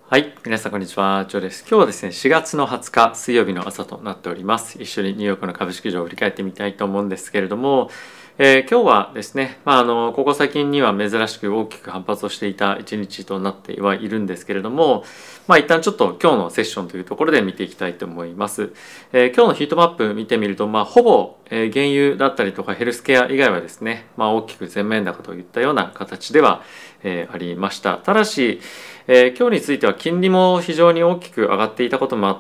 はい、皆さんこんにちは、ジョーです。今日はですね、4月の20日水曜日の朝となっております。一緒にニューヨークの株式市場を振り返ってみたいと思うんですけれども、今日はですね、ここ最近には珍しく大きく反発をしていた一日となってはいるんですけれども、一旦ちょっと今日のセッションというところで見ていきたいと思います。今日のヒートマップ見てみると、ほぼ、原油だったりとかヘルスケア以外はですね、大きく全面高といったような形では、ありました。ただし、今日については金利も非常に大きく上がっていたこともあって、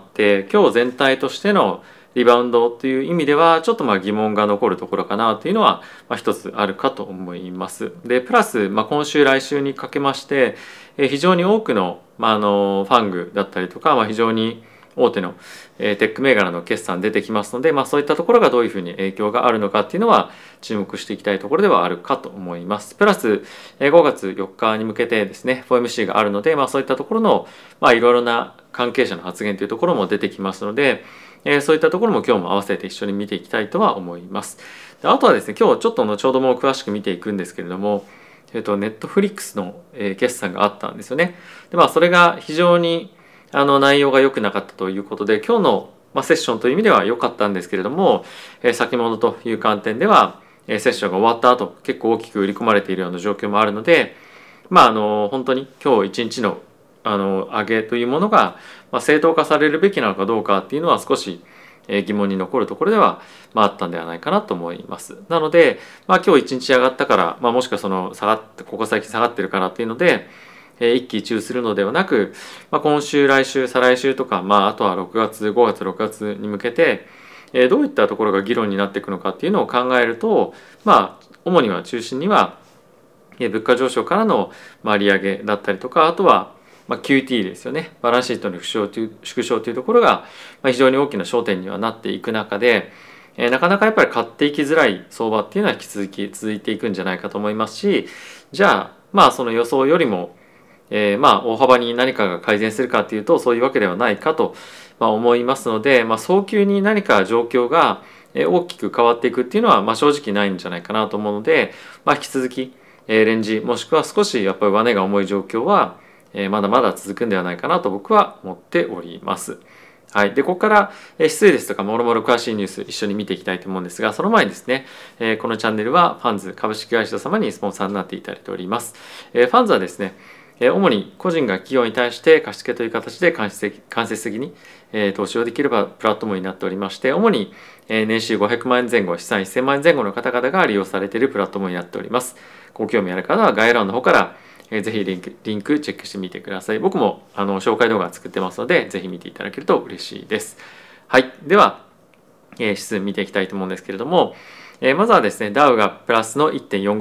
今日全体としてのリバウンドという意味ではちょっと疑問が残るところかなというのは一つあるかと思います。でプラス今週来週にかけまして非常に多くのファングだったりとか非常に大手のテック銘柄の決算出てきますので、そういったところがどういうふうに影響があるのかっていうのは注目していきたいところではあるかと思います。プラス5月4日に向けてですね FOMC があるので、そういったところのいろいろな関係者の発言というところも出てきますので、そういったところも今日も合わせて一緒に見ていきたいとは思います。であとはですね、今日ちょっと後ほども詳しく見ていくんですけれども、ネットフリックスの決算があったんですよね。でそれが非常に内容が良くなかったということで、今日のセッションという意味では良かったんですけれども、先物という観点ではセッションが終わった後結構大きく売り込まれているような状況もあるので、本当に今日一日の上げというものが正当化されるべきなのかどうかっていうのは少し疑問に残るところではあったんではないかなと思います。なので、今日一日上がったから、もしくはその下がってここ最近下がってるからっていうので一喜一憂するのではなく、今週来週再来週とか、あとは6月5月6月に向けてどういったところが議論になっていくのかっていうのを考えると、主には中心には物価上昇からの利上げだったりとか、あとはQT ですよね、バランスシートの縮小というところが非常に大きな焦点にはなっていく中で、なかなかやっぱり買っていきづらい相場っていうのは引き続き続いていくんじゃないかと思いますし、じゃあその予想よりも大幅に何かが改善するかというとそういうわけではないかと思いますので、早急に何か状況が大きく変わっていくっていうのは正直ないんじゃないかなと思うので、引き続きレンジもしくは少しやっぱり上値が重い状況はまだまだ続くんではないかなと僕は思っております。はい、でここから指数ですとかもろもろ詳しいニュース一緒に見ていきたいと思うんですが、その前にですね、このチャンネルはファンズ株式会社様にスポンサーになっていただいております。ファンズはですね、主に個人が企業に対して貸付という形で間接的に投資をできるプラットフォームになっておりまして、主に年収500万円前後、資産1000万円前後の方々が利用されているプラットフォームになっております。ご興味ある方は概要欄の方からぜひリンクチェックしてみてください。僕も紹介動画作ってますので、ぜひ見ていただけると嬉しいです。はい、では指数見ていきたいと思うんですけれども、まずはですね、ダウがプラスの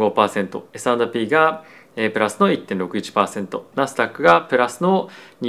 1.45%、S&P がプラスの 1.61%、ナスダックがプラスの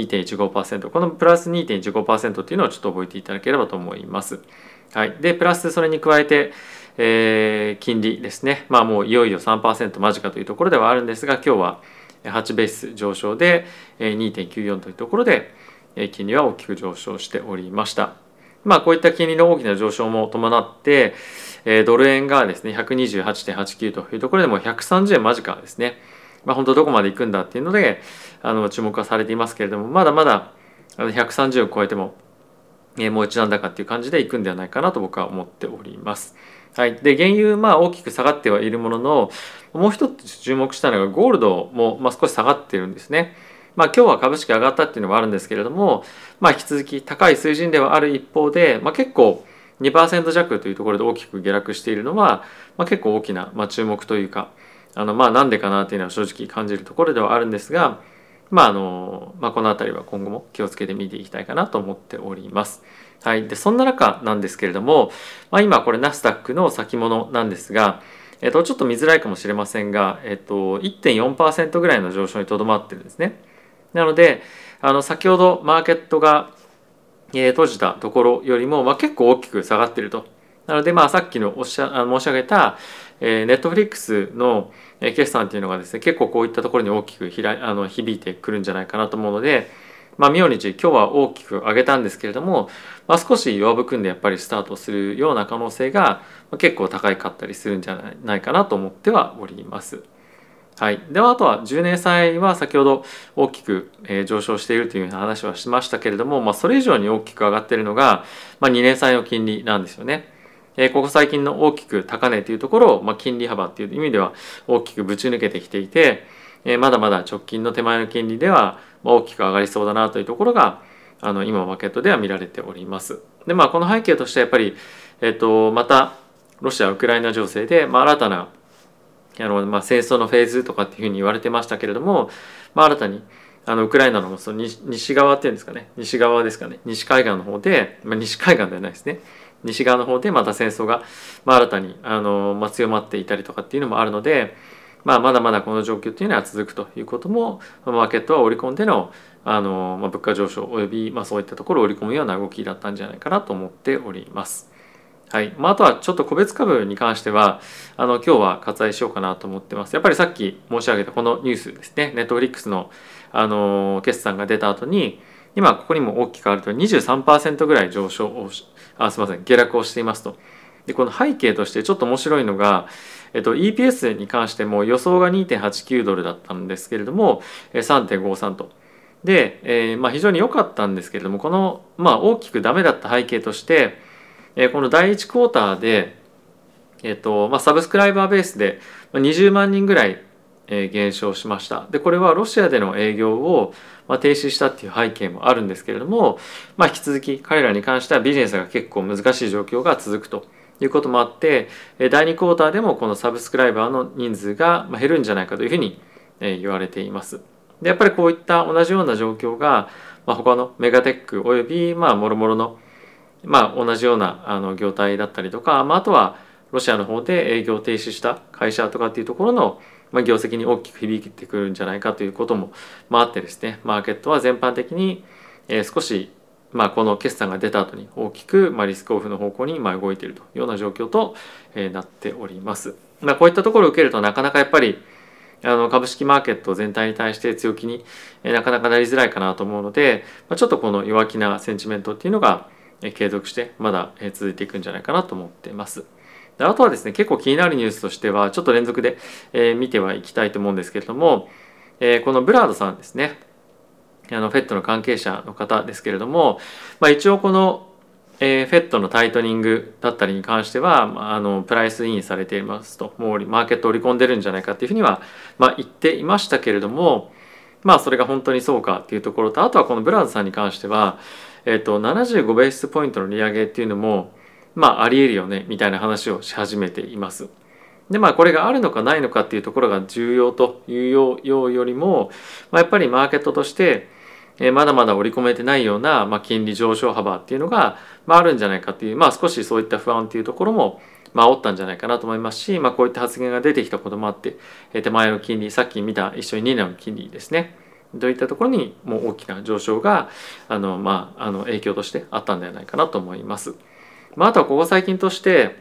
2.15%、このプラス 2.15% っていうのをちょっと覚えていただければと思います。はい、でプラスそれに加えて、金利ですね、もういよいよ 3% 間近というところではあるんですが、今日は8ベース上昇で 2.94 というところで金利は大きく上昇しておりました。こういった金利の大きな上昇も伴ってドル円がですね 128.89 というところでも130円間近ですね。本当どこまで行くんだっていうので注目はされていますけれども、まだまだ130を超えてももう一段高っていう感じでいくんではないかなと僕は思っております。はい、で原油大きく下がってはいるものの、もう一つ注目したのがゴールドも少し下がってるんですね。今日は株式上がったっていうのもあるんですけれども、引き続き高い水準ではある一方で、結構 2% 弱というところで大きく下落しているのは、結構大きな、注目というかなんでかなっていうのは正直感じるところではあるんですが、この辺りは今後も気をつけて見ていきたいかなと思っております。はい、でそんな中なんですけれども、今これナスダックの先物なんですが、ちょっと見づらいかもしれませんが、1.4% ぐらいの上昇にとどまってるんですね。なので先ほどマーケットが閉じたところよりも結構大きく下がっていると。なのでさっきの申し上げたネットフリックスの決算っていうのがですね、結構こういったところに大きく響いてくるんじゃないかなと思うので、明日今日は大きく上げたんですけれども、少し弱含んでやっぱりスタートするような可能性が結構高かったりするんじゃないかなと思ってはおります。 はい、ではあとは10年債は先ほど大きく上昇しているというような話はしましたけれども、それ以上に大きく上がっているのが2年債の金利なんですよね。ここ最近の大きく高値というところを、金利幅っていう意味では大きくぶち抜けてきていて、まだまだ直近の手前の金利では大きく上がりそうだなというところが今マーケットでは見られております。でこの背景としてやっぱり、またロシア・ウクライナ情勢で、新たな戦争のフェーズとかっていうふうに言われてましたけれども、新たにウクライナのその西側っていうんですかね、西側ですかね、西海岸の方で、西海岸ではないですね、西側の方でまた戦争が新たに強まっていたりとかっていうのもあるので、まだまだこの状況っていうのは続くということもマーケットは織り込んでの物価上昇およびそういったところを織り込むような動きだったんじゃないかなと思っております。はい、あとはちょっと個別株に関しては今日は割愛しようかなと思ってます。やっぱりさっき申し上げたこのニュースですね、ネットフリックスの決算が出た後に今ここにも大きくあると 23% ぐらい上昇をすみません下落をしていますと。でこの背景としてちょっと面白いのが、EPS に関しても予想が 2.89 ドルだったんですけれども 3.53 と。で、非常に良かったんですけれども、この、大きくダメだった背景としてこの第1クォーターで、サブスクライバーベースで20万人ぐらい減少しました。でこれはロシアでの営業を停止したっていう背景もあるんですけれども、引き続き彼らに関してはビジネスが結構難しい状況が続くということもあって、第2クォーターでもこのサブスクライバーの人数が減るんじゃないかというふうに言われています。でやっぱりこういった同じような状況が他のメガテックおよびもろもろの同じような業態だったりとか、あとはロシアの方で営業停止した会社とかっていうところの業績に大きく響いてくるんじゃないかということもあってですね、マーケットは全般的に少しこの決算が出た後に大きくリスクオフの方向に動いているというような状況となっております。こういったところを受けるとなかなかやっぱり株式マーケット全体に対して強気になかなかなりづらいかなと思うので、ちょっとこの弱気なセンチメントっていうのが継続してまだ続いていくんじゃないかなと思っています。あとはですね、結構気になるニュースとしてはちょっと連続で見てはいきたいと思うんですけれども、このブラードさんですね、フェットの関係者の方ですけれども、一応このフェットのタイトニングだったりに関してはプライスインされていますと、もうマーケットを織り込んでるんじゃないかっていうふうには言っていましたけれども、それが本当にそうかっていうところと、あとはこのブラードさんに関しては75ベースポイントの利上げっていうのもありえるよねみたいな話をし始めています。でこれがあるのかないのかっていうところが重要というよりも、やっぱりマーケットとしてまだまだ織り込めてないような金利上昇幅っていうのがあるんじゃないかっていう、少しそういった不安っていうところも煽ったんじゃないかなと思いますし、こういった発言が出てきたこともあって手前の金利、さっき見た一緒に2年の金利ですね、といったところにもう大きな上昇が影響としてあったんではないかなと思います。あとはここ最近として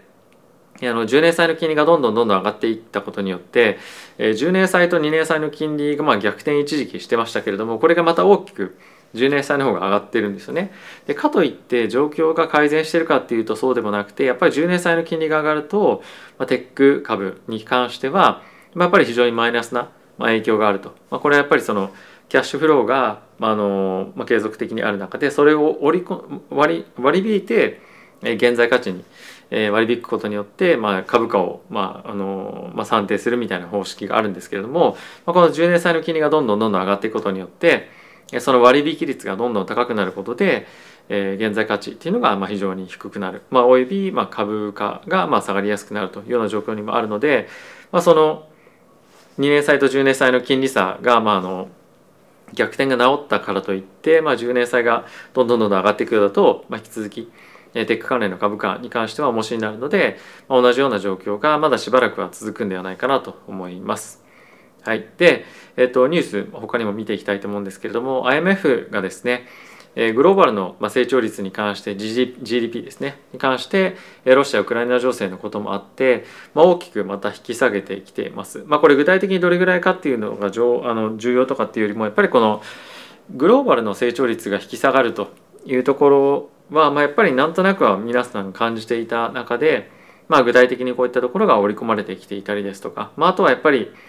10年債の金利がどんどん上がっていったことによって10年債と2年債の金利が逆転一時期してましたけれども、これがまた大きく10年債の方が上がってるんですよね。でかといって状況が改善してるかっていうとそうでもなくて、やっぱり10年債の金利が上がるとテック株に関してはやっぱり非常にマイナスな影響があると。これはやっぱりそのキャッシュフローが継続的にある中で、それを割り引いて現在価値に割り引くことによって株価を算定するみたいな方式があるんですけれども、この10年債の金利がどんどん上がっていくことによってその割引率がどんどん高くなることで現在価値っていうのが非常に低くなる、および株価が下がりやすくなるというような状況にもあるので、その2年債と10年債の金利差が逆転が治ったからといって10年債がどんどん上がっていくようだと引き続きテック関連の株価に関しては重しになるので、同じような状況がまだしばらくは続くんではないかなと思います。はい、で、ニュース他にも見ていきたいと思うんですけれども、 IMF がですねグローバルの成長率に関して GDP ですねに関してロシア・ウクライナ情勢のこともあって大きくまた引き下げてきています。これ具体的にどれぐらいかっていうのが重要とかっていうよりも、やっぱりこのグローバルの成長率が引き下がるというところはやっぱりなんとなくは皆さん感じていた中で、具体的にこういったところが織り込まれてきていたりですとか、あとはやっぱり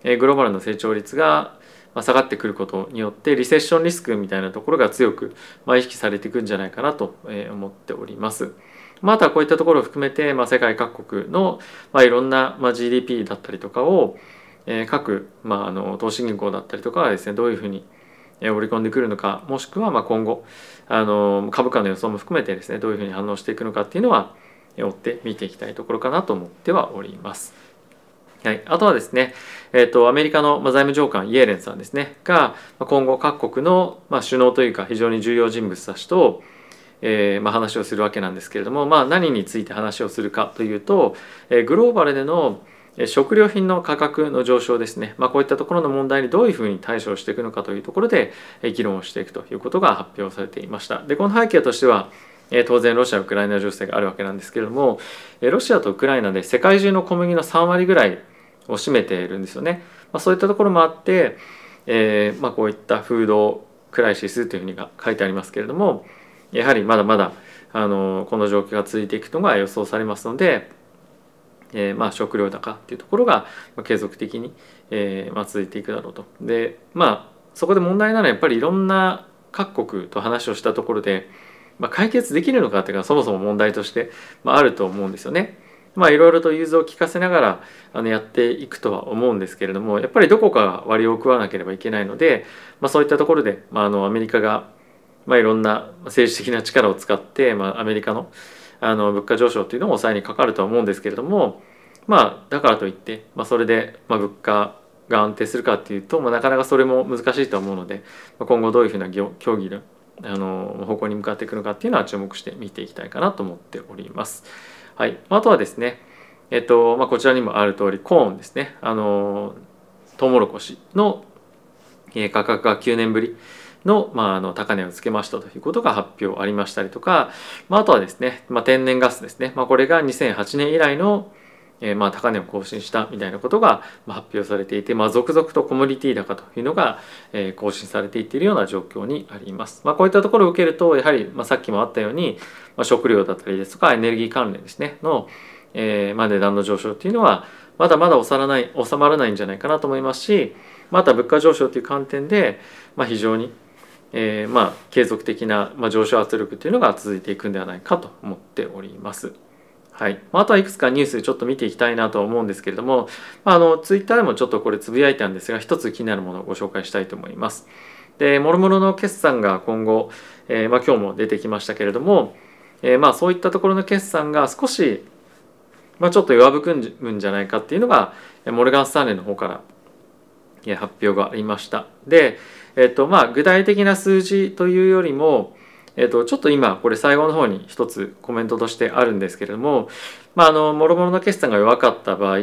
グローバルの成長率が下がってくることによってリセッションリスクみたいなところが強く意識されていくんじゃないかなと思っております。あとはこういったところを含めて世界各国のいろんな GDP だったりとかを各投資銀行だったりとかはですねどういうふうに織り込んでくるのか、もしくは今後株価の予想も含めてですねどういうふうに反応していくのかっていうのは追って見ていきたいところかなと思ってはおります。はい、あとはですね、アメリカの財務長官イエレンさんですねが今後各国の首脳というか非常に重要人物たちと話をするわけなんですけれども、何について話をするかというとグローバルでの食料品の価格の上昇ですね、こういったところの問題にどういうふうに対処していくのかというところで議論をしていくということが発表されていました。でこの背景としては当然ロシア・ウクライナ情勢があるわけなんですけれども、ロシアとウクライナで世界中の小麦の3割ぐらいを占めているんですよね。そういったところもあって、こういったフードクライシスというふうに書いてありますけれども、やはりまだまだこの状況が続いていくのが予想されますので、食料高っていうところが継続的に続いていくだろうと。でそこで問題なのはやっぱりいろんな各国と話をしたところで、解決できるのかっていうのがそもそも問題としてあると思うんですよね。いろいろと融通を利かせながらやっていくとは思うんですけれども、やっぱりどこかが割を食わなければいけないので、そういったところで、アメリカがいろんな政治的な力を使って、アメリカの物価上昇というのも抑えにかかるとは思うんですけれども、だからといって、それで物価が安定するかっていうと、なかなかそれも難しいと思うので、今後どういうふうな協議の方向に向かっていくのかっていうのは注目して見ていきたいかなと思っております。はい、あとはですね、こちらにもある通りコーンですね、トウモロコシの価格が9年ぶりの、高値をつけましたということが発表ありましたりとか、あとはですね、天然ガスですね、これが2008年以来の高値を更新したみたいなことが発表されていて、続々とコモディティ高というのが更新されていっているような状況にあります。こういったところを受けるとやはりさっきもあったように食料だったりですとかエネルギー関連ですねの値段の上昇というのはまだまだ収まらないんじゃないかなと思いますし、また物価上昇という観点で非常に継続的な上昇圧力というのが続いていくんではないかと思っております。はい、あとはいくつかニュースちょっと見ていきたいなと思うんですけれども、ツイッターでもちょっとこれつぶやいたんですが、一つ気になるものをご紹介したいと思います。で、もろもろの決算が今後、今日も出てきましたけれども、そういったところの決算が少し、ちょっと弱含むんじゃないかっていうのがモルガン・スタンレーの方から発表がありました。で、具体的な数字というよりもちょっと今これ最後の方に一つコメントとしてあるんですけれども、もろもろの決算が弱かった場合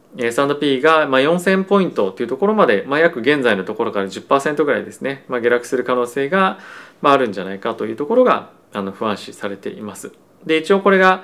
S&P が4000ポイントというところまで、約現在のところから 10% ぐらいですね、下落する可能性があるんじゃないかというところが不安視されています。で一応これが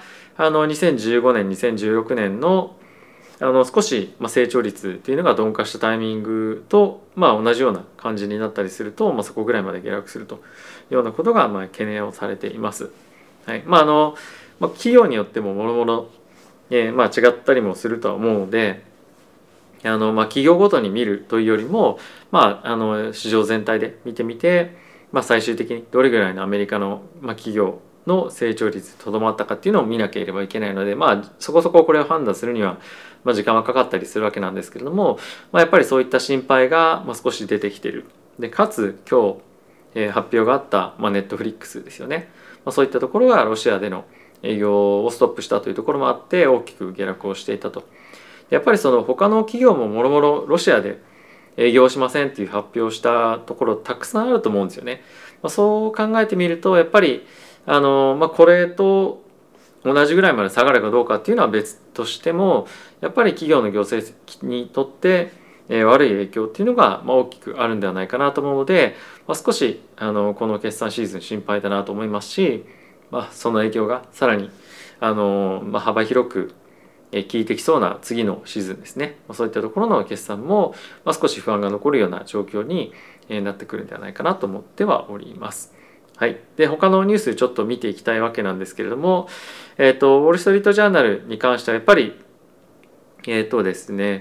2015年2016年の少し成長率っていうのが鈍化したタイミングと同じような感じになったりすると、そこぐらいまで下落するというようなことが懸念をされています。はい、企業によってももろもろ違ったりもするとは思うので、企業ごとに見るというよりも、市場全体で見てみて、最終的にどれぐらいのアメリカの企業の成長率とどまったかっていうのを見なければいけないので、そこそここれを判断するには時間はかかったりするわけなんですけれども、やっぱりそういった心配が少し出てきている。でかつ今日発表があったネットフリックスですよね。そういったところがロシアでの営業をストップしたというところもあって大きく下落をしていたと。やっぱりその他の企業ももろもろロシアで営業しませんっていう発表をしたところたくさんあると思うんですよね。そう考えてみるとやっぱりこれと同じぐらいまで下がるかどうかっていうのは別としても、やっぱり企業の業績にとって悪い影響っていうのが大きくあるんではないかなと思うので、少しこの決算シーズン心配だなと思いますし、その影響がさらに幅広く効いてきそうな次のシーズンですね。そういったところの決算も少し不安が残るような状況になってくるんではないかなと思ってはおります。はい、で他のニュースちょっと見ていきたいわけなんですけれども、ウォール・ストリート・ジャーナルに関してはやっぱりですね、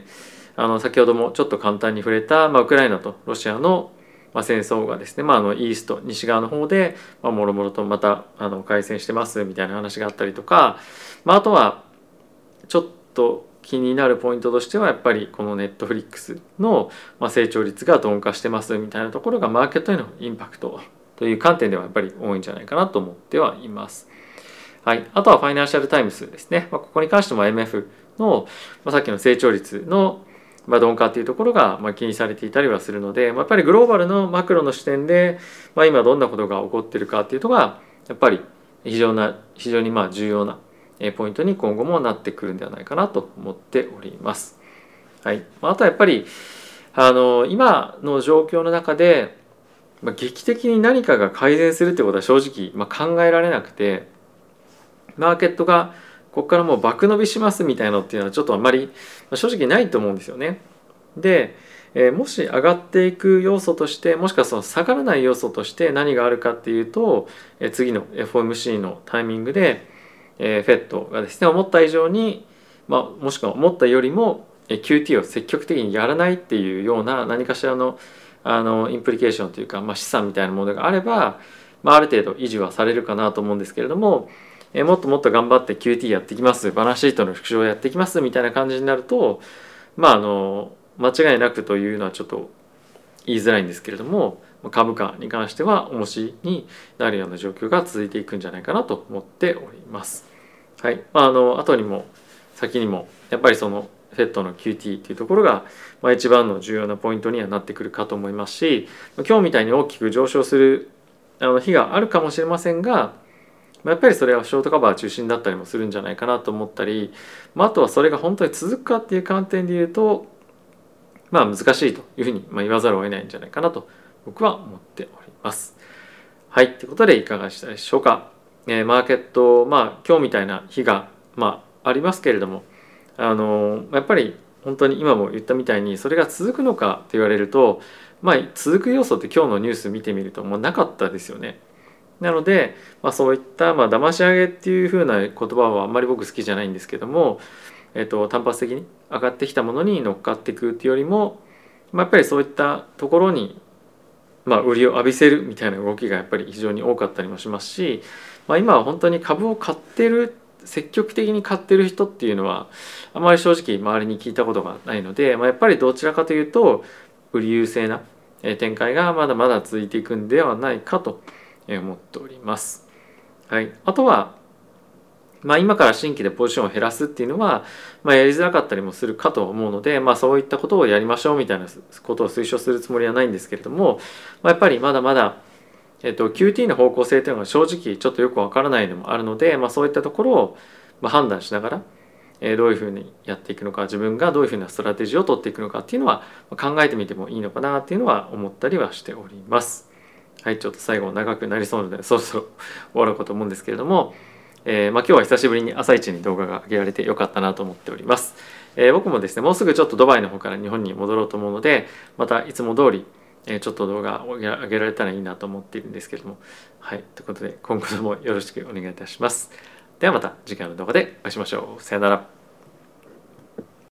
先ほどもちょっと簡単に触れた、ウクライナとロシアの戦争がですね、イースト西側の方でもろもろとまた開戦してますみたいな話があったりとか、あとはちょっと気になるポイントとしてはやっぱりこのネットフリックスの成長率が鈍化してますみたいなところがマーケットへのインパクトという観点ではやっぱり多いんじゃないかなと思ってはいます。はい、あとはファイナンシャルタイムズですね、ここに関しても IMF のさっきの成長率の鈍化というところが気にされていたりはするので、やっぱりグローバルのマクロの視点で今どんなことが起こっているかっていうのがやっぱり非常に重要なポイントに今後もなってくるんではないかなと思っております。はい、あとはやっぱり今の状況の中で劇的に何かが改善するってことは正直考えられなくて、マーケットがここからもう爆伸びしますみたいなのっていうのはちょっとあんまり正直ないと思うんですよね。で、もし上がっていく要素として、もしくはその下がらない要素として何があるかっていうと、次の FOMC のタイミングで、FED がですね思った以上に、もしくは思ったよりも QT を積極的にやらないっていうような何かしらのインプリケーションというか、資産みたいなものがあれば、ある程度維持はされるかなと思うんですけれども、もっともっと頑張って QT やっていきます、バランスシートの縮小やっていきますみたいな感じになると、間違いなくというのはちょっと言いづらいんですけれども、株価に関しては重しになるような状況が続いていくんじゃないかなと思っております。はい、後にも先にもやっぱりその FED の QT というところが一番の重要なポイントにはなってくるかと思いますし、今日みたいに大きく上昇する日があるかもしれませんが、やっぱりそれはショートカバー中心だったりもするんじゃないかなと思ったり、あとはそれが本当に続くかっていう観点で言うと難しいというふうに言わざるを得ないんじゃないかなと僕は思っております。はい、ということでいかがでしたでしょうか。マーケット今日みたいな日がありますけれども、やっぱり本当に今も言ったみたいにそれが続くのかと言われると、続く要素って今日のニュース見てみるともうなかったですよね。なので、そういった騙し上げっていう風な言葉はあんまり僕好きじゃないんですけども、単発的に上がってきたものに乗っかっていくっていうよりも、やっぱりそういったところに、売りを浴びせるみたいな動きがやっぱり非常に多かったりもしますし、今は本当に株を買ってる積極的に買ってる人っていうのはあまり正直周りに聞いたことがないので、やっぱりどちらかというと売り優勢な展開がまだまだ続いていくんではないかと思っております。はい、あとは、今から新規でポジションを減らすっていうのは、やりづらかったりもするかと思うので、そういったことをやりましょうみたいなことを推奨するつもりはないんですけれども、やっぱりまだまだ、QT の方向性というのが正直ちょっとよくわからないのもあるので、そういったところを判断しながら、どういうふうにやっていくのか、自分がどういうふうなストラテジーを取っていくのかっていうのは考えてみてもいいのかなっていうのは思ったりはしております。はい、ちょっと最後長くなりそうなのでそろそろ終わろうかと思うんですけれども、今日は久しぶりに朝一に動画が上げられてよかったなと思っております。僕もですねもうすぐちょっとドバイの方から日本に戻ろうと思うので、またいつも通りちょっと動画を上げられたらいいなと思っているんですけれども、はい、ということで今後ともよろしくお願いいたします。ではまた次回の動画でお会いしましょう。さよなら。